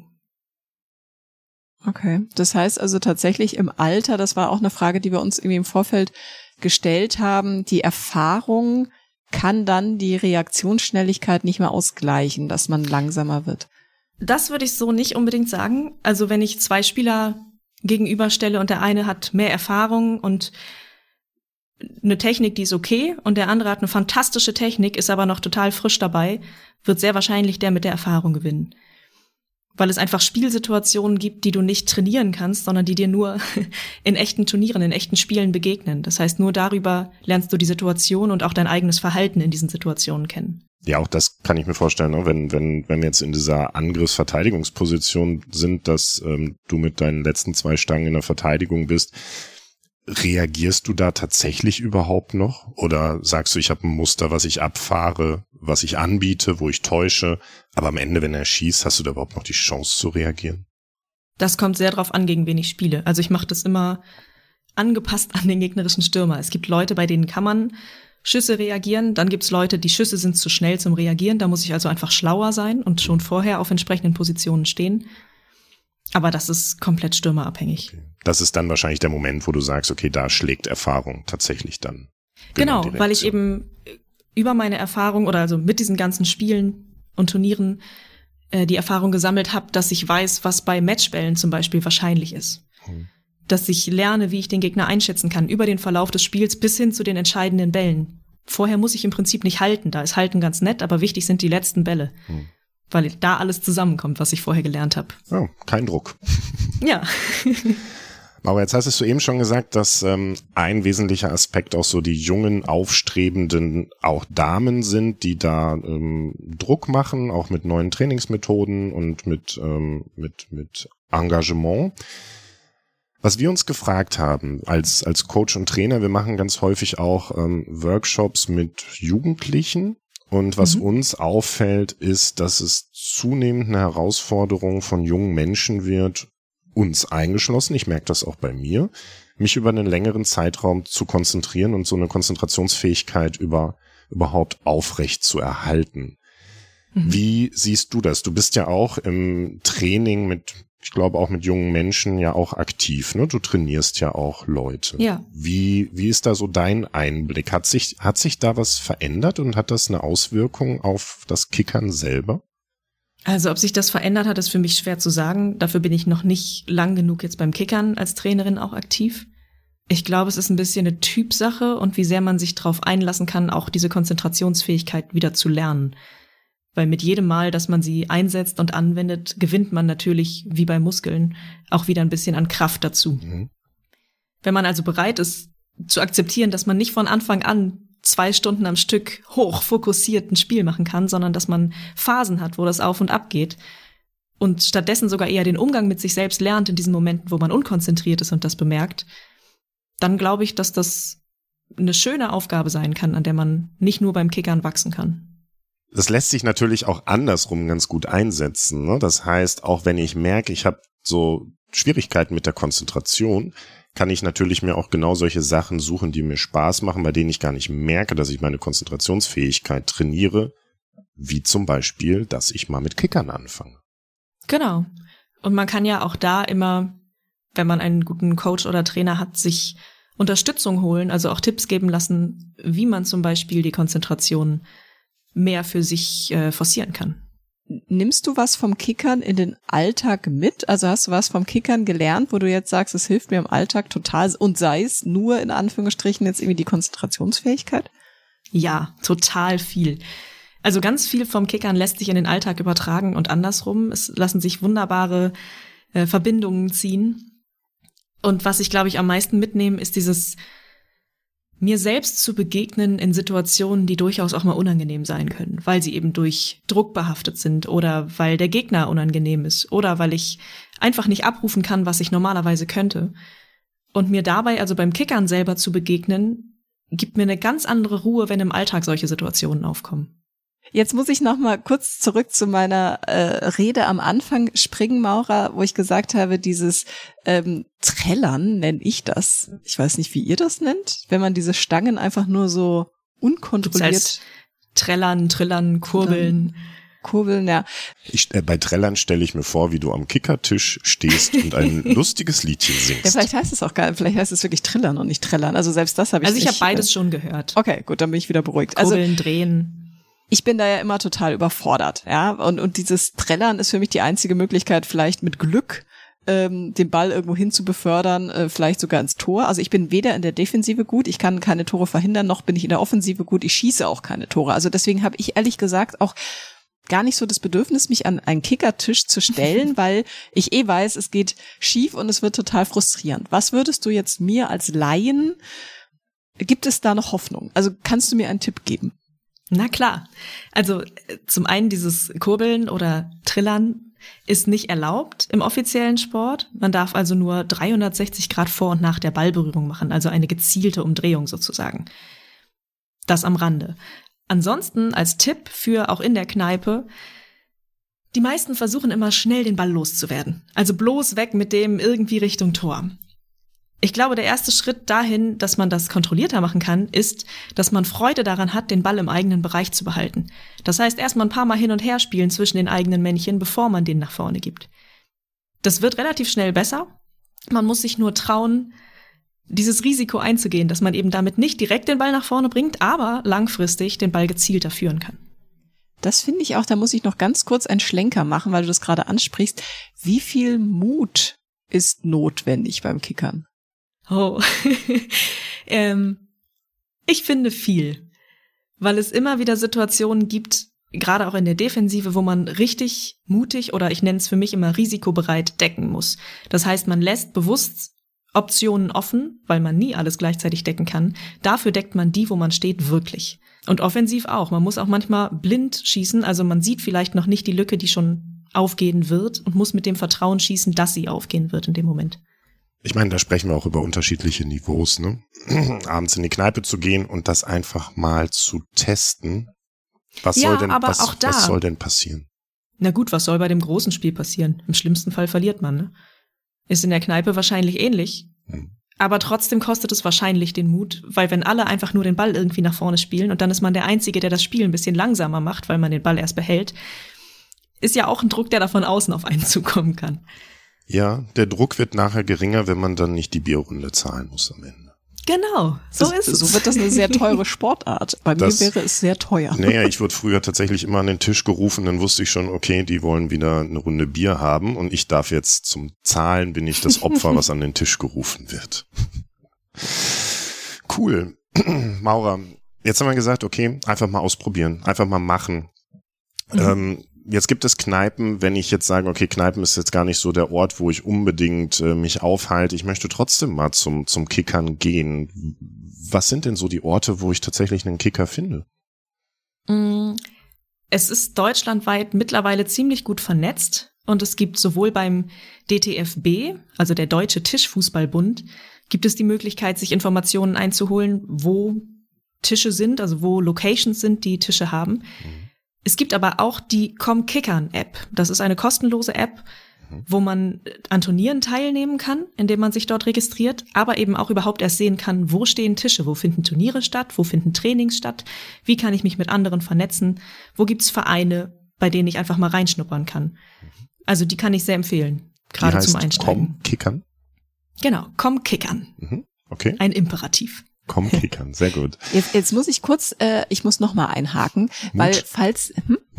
Okay, das heißt also tatsächlich im Alter, das war auch eine Frage, die wir uns irgendwie im Vorfeld gestellt haben, die Erfahrung kann dann die Reaktionsschnelligkeit nicht mehr ausgleichen, dass man langsamer wird. Das würde ich so nicht unbedingt sagen. Also wenn ich zwei Spieler gegenüberstelle und der eine hat mehr Erfahrung und eine Technik, die ist okay, und der andere hat eine fantastische Technik, ist aber noch total frisch dabei, wird sehr wahrscheinlich der mit der Erfahrung gewinnen. Weil es einfach Spielsituationen gibt, die du nicht trainieren kannst, sondern die dir nur in echten Turnieren, in echten Spielen begegnen. Das heißt, nur darüber lernst du die Situation und auch dein eigenes Verhalten in diesen Situationen kennen. Ja, auch das kann ich mir vorstellen, ne? Wenn wir jetzt in dieser Angriffsverteidigungsposition sind, dass du mit deinen letzten 2 Stangen in der Verteidigung bist, reagierst du da tatsächlich überhaupt noch? Oder sagst du, ich habe ein Muster, was ich abfahre, was ich anbiete, wo ich täusche, aber am Ende, wenn er schießt, hast du da überhaupt noch die Chance zu reagieren? Das kommt sehr drauf an, gegen wen ich spiele. Also ich mache das immer angepasst an den gegnerischen Stürmer. Es gibt Leute, bei denen kann man Schüsse reagieren. Dann gibt's Leute, die Schüsse sind zu schnell zum Reagieren. Da muss ich also einfach schlauer sein und schon vorher auf entsprechenden Positionen stehen. Aber das ist komplett stürmerabhängig. Okay. Das ist dann wahrscheinlich der Moment, wo du sagst, okay, da schlägt Erfahrung tatsächlich dann. Genau, weil ich eben über meine Erfahrung oder also mit diesen ganzen Spielen und Turnieren die Erfahrung gesammelt habe, dass ich weiß, was bei Matchbällen zum Beispiel wahrscheinlich ist. Dass ich lerne, wie ich den Gegner einschätzen kann, über den Verlauf des Spiels bis hin zu den entscheidenden Bällen. Vorher muss ich im Prinzip nicht halten. Da ist Halten ganz nett, aber wichtig sind die letzten Bälle. Weil da alles zusammenkommt, was ich vorher gelernt habe. Oh, kein Druck. Ja. Aber jetzt hast du eben schon gesagt, dass ein wesentlicher Aspekt auch so die jungen, aufstrebenden auch Damen sind, die da Druck machen, auch mit neuen Trainingsmethoden und mit Engagement. Was wir uns gefragt haben als Coach und Trainer, wir machen ganz häufig auch Workshops mit Jugendlichen. Und was uns auffällt, ist, dass es zunehmend eine Herausforderung von jungen Menschen wird, uns eingeschlossen, ich merke das auch bei mir, mich über einen längeren Zeitraum zu konzentrieren und so eine Konzentrationsfähigkeit überhaupt aufrecht zu erhalten. Wie siehst du das? Du bist ja auch im Training ich glaube auch mit jungen Menschen ja auch aktiv, ne? Du trainierst ja auch Leute. Ja. Wie ist da so dein Einblick? Hat sich da was verändert und hat das eine Auswirkung auf das Kickern selber? Also ob sich das verändert hat, ist für mich schwer zu sagen. Dafür bin ich noch nicht lang genug jetzt beim Kickern als Trainerin auch aktiv. Ich glaube, es ist ein bisschen eine Typsache und wie sehr man sich darauf einlassen kann, auch diese Konzentrationsfähigkeit wieder zu lernen. Weil mit jedem Mal, dass man sie einsetzt und anwendet, gewinnt man natürlich, wie bei Muskeln, auch wieder ein bisschen an Kraft dazu. Mhm. Wenn man also bereit ist, zu akzeptieren, dass man nicht von Anfang an 2 Stunden am Stück hoch fokussiert ein Spiel machen kann, sondern dass man Phasen hat, wo das auf und ab geht und stattdessen sogar eher den Umgang mit sich selbst lernt in diesen Momenten, wo man unkonzentriert ist und das bemerkt, dann glaube ich, dass das eine schöne Aufgabe sein kann, an der man nicht nur beim Kickern wachsen kann. Das lässt sich natürlich auch andersrum ganz gut einsetzen, ne? Das heißt, auch wenn ich merke, ich habe so Schwierigkeiten mit der Konzentration, kann ich natürlich mir auch genau solche Sachen suchen, die mir Spaß machen, bei denen ich gar nicht merke, dass ich meine Konzentrationsfähigkeit trainiere, wie zum Beispiel, dass ich mal mit Kickern anfange. Genau. Und man kann ja auch da immer, wenn man einen guten Coach oder Trainer hat, sich Unterstützung holen, also auch Tipps geben lassen, wie man zum Beispiel die Konzentration mehr für sich forcieren kann. Nimmst du was vom Kickern in den Alltag mit? Also hast du was vom Kickern gelernt, wo du jetzt sagst, es hilft mir im Alltag total und sei es nur in Anführungsstrichen jetzt irgendwie die Konzentrationsfähigkeit? Ja, total viel. Also ganz viel vom Kickern lässt sich in den Alltag übertragen und andersrum. Es lassen sich wunderbare Verbindungen ziehen. Und was ich, glaube ich, am meisten mitnehme, ist dieses mir selbst zu begegnen in Situationen, die durchaus auch mal unangenehm sein können, weil sie eben durch Druck behaftet sind oder weil der Gegner unangenehm ist oder weil ich einfach nicht abrufen kann, was ich normalerweise könnte. Und mir dabei, also beim Kickern selber zu begegnen, gibt mir eine ganz andere Ruhe, wenn im Alltag solche Situationen aufkommen. Jetzt muss ich noch mal kurz zurück zu meiner Rede am Anfang springen, Maura, wo ich gesagt habe, dieses Trällern nenne ich das. Ich weiß nicht, wie ihr das nennt, wenn man diese Stangen einfach nur so unkontrolliert Trällern, Trillern, Kurbeln. Kurbeln, ja. Bei Trällern stelle ich mir vor, wie du am Kickertisch stehst und ein lustiges Liedchen singst. Ja, vielleicht heißt es auch gar nicht, vielleicht heißt es wirklich Trillern und nicht Trällern. Also selbst das habe ich nicht. Also ich habe beides schon gehört. Okay, gut, dann bin ich wieder beruhigt. Kurbeln, drehen. Ich bin da ja immer total überfordert, ja, und dieses Trällern ist für mich die einzige Möglichkeit, vielleicht mit Glück den Ball irgendwo hin zu befördern, vielleicht sogar ins Tor. Also ich bin weder in der Defensive gut, ich kann keine Tore verhindern, noch bin ich in der Offensive gut, ich schieße auch keine Tore. Also deswegen habe ich ehrlich gesagt auch gar nicht so das Bedürfnis, mich an einen Kickertisch zu stellen, weil ich weiß, es geht schief und es wird total frustrierend. Was würdest du jetzt mir als Laien, gibt es da noch Hoffnung? Also kannst du mir einen Tipp geben? Na klar. Also zum einen dieses Kurbeln oder Trillern ist nicht erlaubt im offiziellen Sport. Man darf also nur 360 Grad vor und nach der Ballberührung machen, also eine gezielte Umdrehung sozusagen. Das am Rande. Ansonsten als Tipp für auch in der Kneipe, die meisten versuchen immer schnell den Ball loszuwerden. Also bloß weg mit dem irgendwie Richtung Tor. Ich glaube, der erste Schritt dahin, dass man das kontrollierter machen kann, ist, dass man Freude daran hat, den Ball im eigenen Bereich zu behalten. Das heißt, erstmal ein paar Mal hin und her spielen zwischen den eigenen Männchen, bevor man den nach vorne gibt. Das wird relativ schnell besser. Man muss sich nur trauen, dieses Risiko einzugehen, dass man eben damit nicht direkt den Ball nach vorne bringt, aber langfristig den Ball gezielter führen kann. Das finde ich auch, da muss ich noch ganz kurz einen Schlenker machen, weil du das gerade ansprichst. Wie viel Mut ist notwendig beim Kickern? Oh, ich finde viel, weil es immer wieder Situationen gibt, gerade auch in der Defensive, wo man richtig mutig oder ich nenne es für mich immer risikobereit decken muss. Das heißt, man lässt bewusst Optionen offen, weil man nie alles gleichzeitig decken kann. Dafür deckt man die, wo man steht, wirklich. Und offensiv auch. Man muss auch manchmal blind schießen, also man sieht vielleicht noch nicht die Lücke, die schon aufgehen wird und muss mit dem Vertrauen schießen, dass sie aufgehen wird in dem Moment. Ich meine, da sprechen wir auch über unterschiedliche Niveaus, ne? Abends in die Kneipe zu gehen und das einfach mal zu testen. Was soll denn passieren? Na gut, was soll bei dem großen Spiel passieren? Im schlimmsten Fall verliert man, ne? Ist in der Kneipe wahrscheinlich ähnlich. Aber trotzdem kostet es wahrscheinlich den Mut, weil wenn alle einfach nur den Ball irgendwie nach vorne spielen und dann ist man der Einzige, der das Spiel ein bisschen langsamer macht, weil man den Ball erst behält, ist ja auch ein Druck, der da von außen auf einen zukommen kann. Ja, der Druck wird nachher geringer, wenn man dann nicht die Bierrunde zahlen muss am Ende. Genau, so ist es. So wird das eine sehr teure Sportart. Bei mir wäre es sehr teuer. Naja, ich wurde früher tatsächlich immer an den Tisch gerufen, dann wusste ich schon, okay, die wollen wieder eine Runde Bier haben und ich darf jetzt zum Zahlen, bin ich das Opfer, was an den Tisch gerufen wird. Cool. Maura, jetzt haben wir gesagt, okay, einfach mal ausprobieren, einfach mal machen. Jetzt gibt es Kneipen, wenn ich jetzt sage, okay, Kneipen ist jetzt gar nicht so der Ort, wo ich unbedingt mich aufhalte. Ich möchte trotzdem mal zum Kickern gehen. Was sind denn so die Orte, wo ich tatsächlich einen Kicker finde? Es ist deutschlandweit mittlerweile ziemlich gut vernetzt und es gibt sowohl beim DTFB, also der Deutsche Tischfußballbund, gibt es die Möglichkeit, sich Informationen einzuholen, wo Tische sind, also wo Locations sind, die Tische haben. Es gibt aber auch die Komm Kickern App. Das ist eine kostenlose App, wo man an Turnieren teilnehmen kann, indem man sich dort registriert, aber eben auch überhaupt erst sehen kann, wo stehen Tische, wo finden Turniere statt, wo finden Trainings statt, wie kann ich mich mit anderen vernetzen, wo gibt's Vereine, bei denen ich einfach mal reinschnuppern kann. Also die kann ich sehr empfehlen, gerade zum Einsteigen. Komm Kickern? Genau, Komm Kickern. Okay. Ein Imperativ. Komm Kickern, sehr gut. Jetzt muss ich kurz, ich muss noch mal einhaken, weil falls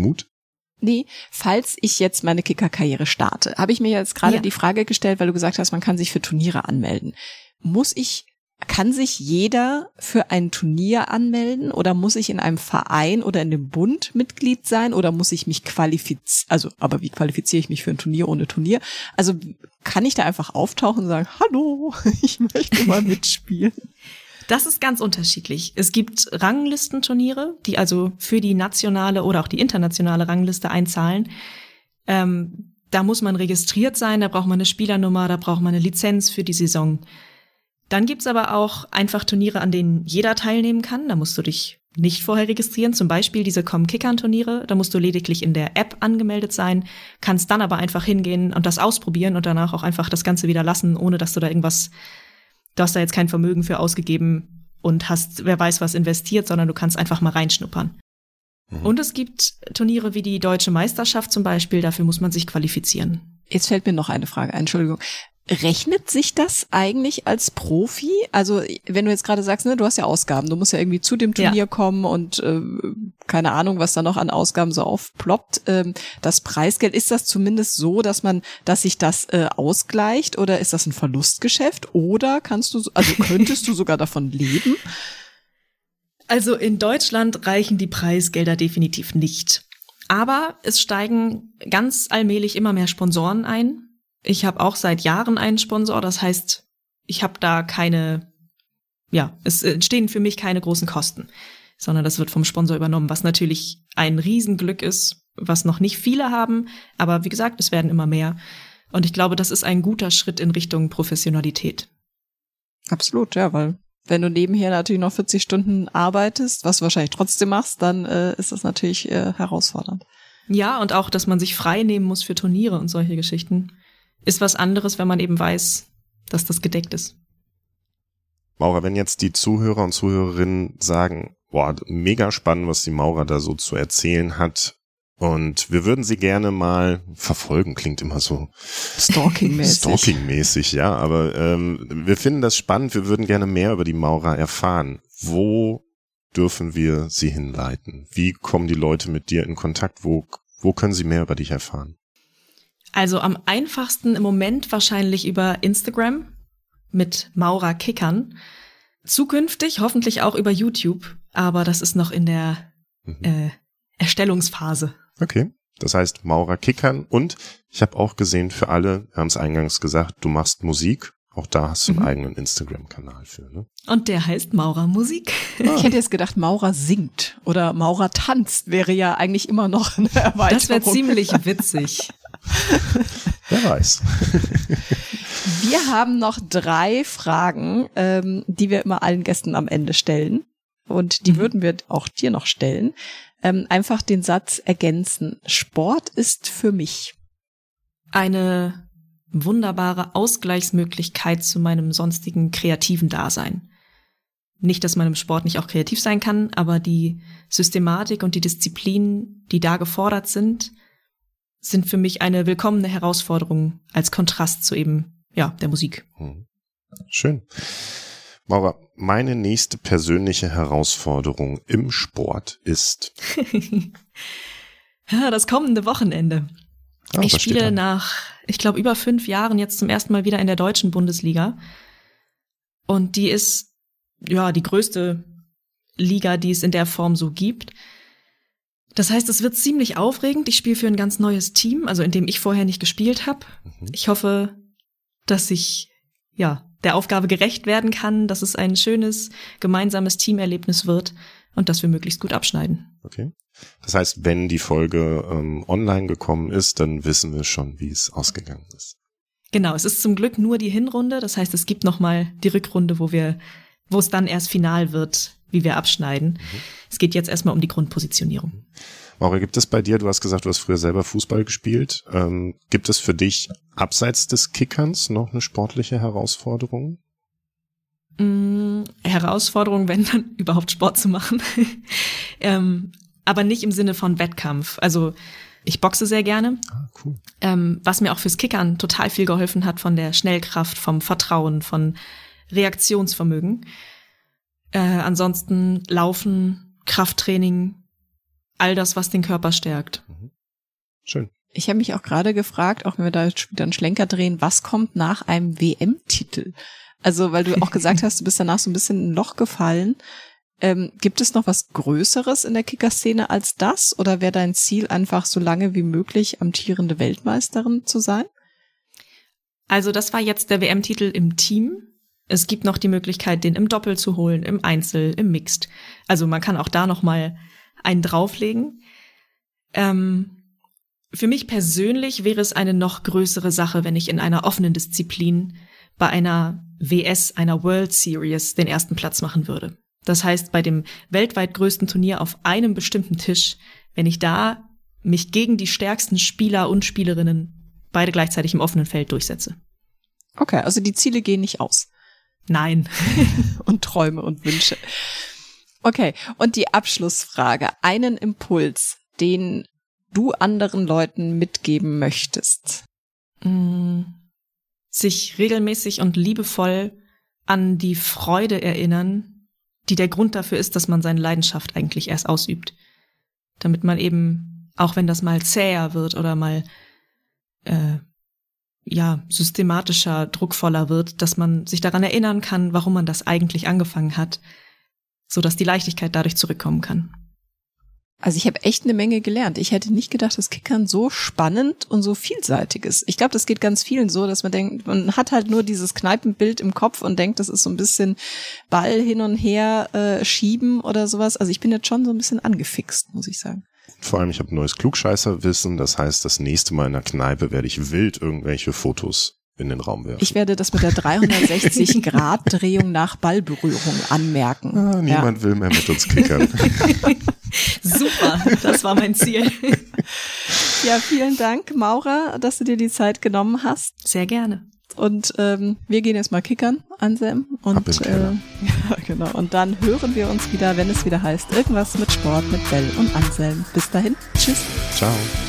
ich jetzt meine Kicker-Karriere starte, habe ich mir jetzt gerade die Frage gestellt, weil du gesagt hast, man kann sich für Turniere anmelden. Kann sich jeder für ein Turnier anmelden oder muss ich in einem Verein oder in dem Bund Mitglied sein oder muss ich mich qualifizieren? Aber wie qualifiziere ich mich für ein Turnier ohne Turnier? Also kann ich da einfach auftauchen und sagen, hallo, ich möchte mal mitspielen? Das ist ganz unterschiedlich. Es gibt Ranglistenturniere, die also für die nationale oder auch die internationale Rangliste einzahlen. Da muss man registriert sein, da braucht man eine Spielernummer, da braucht man eine Lizenz für die Saison. Dann gibt's aber auch einfach Turniere, an denen jeder teilnehmen kann. Da musst du dich nicht vorher registrieren. Zum Beispiel diese Komm-Kickern-Turniere. Da musst du lediglich in der App angemeldet sein, kannst dann aber einfach hingehen und das ausprobieren und danach auch einfach das Ganze wieder lassen, ohne dass du da du hast da jetzt kein Vermögen für ausgegeben und hast, wer weiß was, investiert, sondern du kannst einfach mal reinschnuppern. Und es gibt Turniere wie die Deutsche Meisterschaft zum Beispiel, dafür muss man sich qualifizieren. Jetzt fällt mir noch eine Frage ein, Entschuldigung. Rechnet sich das eigentlich als Profi? Also wenn du jetzt gerade sagst, ne, du hast ja Ausgaben, du musst ja irgendwie zu dem Turnier kommen und keine Ahnung, was da noch an Ausgaben so aufploppt. Das Preisgeld, ist das zumindest so, dass sich das ausgleicht oder ist das ein Verlustgeschäft oder könntest du sogar davon leben? Also in Deutschland reichen die Preisgelder definitiv nicht. Aber es steigen ganz allmählich immer mehr Sponsoren ein. Ich habe auch seit Jahren einen Sponsor, das heißt, ich habe da es entstehen für mich keine großen Kosten, sondern das wird vom Sponsor übernommen, was natürlich ein Riesenglück ist, was noch nicht viele haben, aber wie gesagt, es werden immer mehr. Und ich glaube, das ist ein guter Schritt in Richtung Professionalität. Absolut, ja, weil wenn du nebenher natürlich noch 40 Stunden arbeitest, was du wahrscheinlich trotzdem machst, dann ist das natürlich herausfordernd. Ja, und auch, dass man sich frei nehmen muss für Turniere und solche Geschichten. Ist was anderes, wenn man eben weiß, dass das gedeckt ist. Maura, wenn jetzt die Zuhörer und Zuhörerinnen sagen, boah, mega spannend, was die Maura da so zu erzählen hat und wir würden sie gerne mal verfolgen, klingt immer so Stalking-mäßig, ja, aber wir finden das spannend, wir würden gerne mehr über die Maura erfahren. Wo dürfen wir sie hinleiten? Wie kommen die Leute mit dir in Kontakt? Wo können sie mehr über dich erfahren? Also am einfachsten im Moment wahrscheinlich über Instagram mit Maura Kickern. Zukünftig hoffentlich auch über YouTube, aber das ist noch in der Erstellungsphase. Okay, das heißt Maura Kickern und ich habe auch gesehen für alle, wir haben es eingangs gesagt, du machst Musik. Auch da hast du einen eigenen Instagram-Kanal für, ne? Und der heißt Maura Musik. Ich hätte jetzt gedacht, Maura singt oder Maura tanzt, wäre ja eigentlich immer noch eine Erweiterung. Das wäre ziemlich witzig. Wer weiß. Wir haben noch 3 Fragen, die wir immer allen Gästen am Ende stellen. Und die würden wir auch dir noch stellen. Einfach den Satz ergänzen. Sport ist für mich eine wunderbare Ausgleichsmöglichkeit zu meinem sonstigen kreativen Dasein. Nicht, dass man im Sport nicht auch kreativ sein kann, aber die Systematik und die Disziplinen, die da gefordert sind für mich eine willkommene Herausforderung als Kontrast zu eben, der Musik. Schön. Maura, meine nächste persönliche Herausforderung im Sport ist das kommende Wochenende. Ich spiele nach, ich glaube, über 5 Jahren jetzt zum ersten Mal wieder in der deutschen Bundesliga. Und die ist, ja, die größte Liga, die es in der Form so gibt. Das heißt, es wird ziemlich aufregend. Ich spiele für ein ganz neues Team, also in dem ich vorher nicht gespielt habe. Ich hoffe, dass ich, ja, der Aufgabe gerecht werden kann, dass es ein schönes, gemeinsames Teamerlebnis wird und dass wir möglichst gut abschneiden. Okay. Das heißt, wenn die Folge online gekommen ist, dann wissen wir schon, wie es ausgegangen ist. Genau, es ist zum Glück nur die Hinrunde. Das heißt, es gibt noch mal die Rückrunde, wo es dann erst final wird, wie wir abschneiden. Es geht jetzt erstmal um die Grundpositionierung. Maura, gibt es bei dir, du hast gesagt, du hast früher selber Fußball gespielt, gibt es für dich abseits des Kickerns noch eine sportliche Herausforderung? Herausforderung, wenn dann überhaupt Sport zu machen. Aber nicht im Sinne von Wettkampf. Also ich boxe sehr gerne. Ah, cool. Was mir auch fürs Kickern total viel geholfen hat von der Schnellkraft, vom Vertrauen, von Reaktionsvermögen. Ansonsten Laufen, Krafttraining, all das, was den Körper stärkt. Schön. Ich habe mich auch gerade gefragt, auch wenn wir da jetzt wieder einen Schlenker drehen, was kommt nach einem WM-Titel? Also, weil du auch gesagt hast, du bist danach so ein bisschen in ein Loch gefallen. Gibt es noch was Größeres in der Kickerszene als das? Oder wäre dein Ziel einfach so lange wie möglich amtierende Weltmeisterin zu sein? Also das war jetzt der WM-Titel im Team. Es gibt noch die Möglichkeit, den im Doppel zu holen, im Einzel, im Mixed. Also man kann auch da noch mal einen drauflegen. Für mich persönlich wäre es eine noch größere Sache, wenn ich in einer offenen Disziplin bei einer WS, einer World Series, den ersten Platz machen würde. Das heißt, bei dem weltweit größten Turnier auf einem bestimmten Tisch, wenn ich da mich gegen die stärksten Spieler und Spielerinnen beide gleichzeitig im offenen Feld durchsetze. Okay, also die Ziele gehen nicht aus. Nein. Und Träume und Wünsche. Okay, und die Abschlussfrage. Einen Impuls, den du anderen Leuten mitgeben möchtest? Sich regelmäßig und liebevoll an die Freude erinnern, die der Grund dafür ist, dass man seine Leidenschaft eigentlich erst ausübt. Damit man eben, auch wenn das mal zäher wird oder mal systematischer, druckvoller wird, dass man sich daran erinnern kann, warum man das eigentlich angefangen hat, sodass die Leichtigkeit dadurch zurückkommen kann. Also ich habe echt eine Menge gelernt. Ich hätte nicht gedacht, dass Kickern so spannend und so vielseitig ist. Ich glaube, das geht ganz vielen so, dass man denkt, man hat halt nur dieses Kneipenbild im Kopf und denkt, das ist so ein bisschen Ball hin und her schieben oder sowas. Also ich bin jetzt schon so ein bisschen angefixt, muss ich sagen. Vor allem, ich habe neues Klugscheißerwissen. Das heißt, das nächste Mal in der Kneipe werde ich wild irgendwelche Fotos in den Raum werfen. Ich werde das mit der 360-Grad-Drehung nach Ballberührung anmerken. Niemand will mehr mit uns kickern. Super, das war mein Ziel. Ja, vielen Dank, Maura, dass du dir die Zeit genommen hast. Sehr gerne. Und wir gehen jetzt mal kickern, Anselm. Und ja, genau. Und dann hören wir uns wieder, wenn es wieder heißt, irgendwas mit Sport mit Bell und Anselm. Bis dahin, tschüss. Ciao.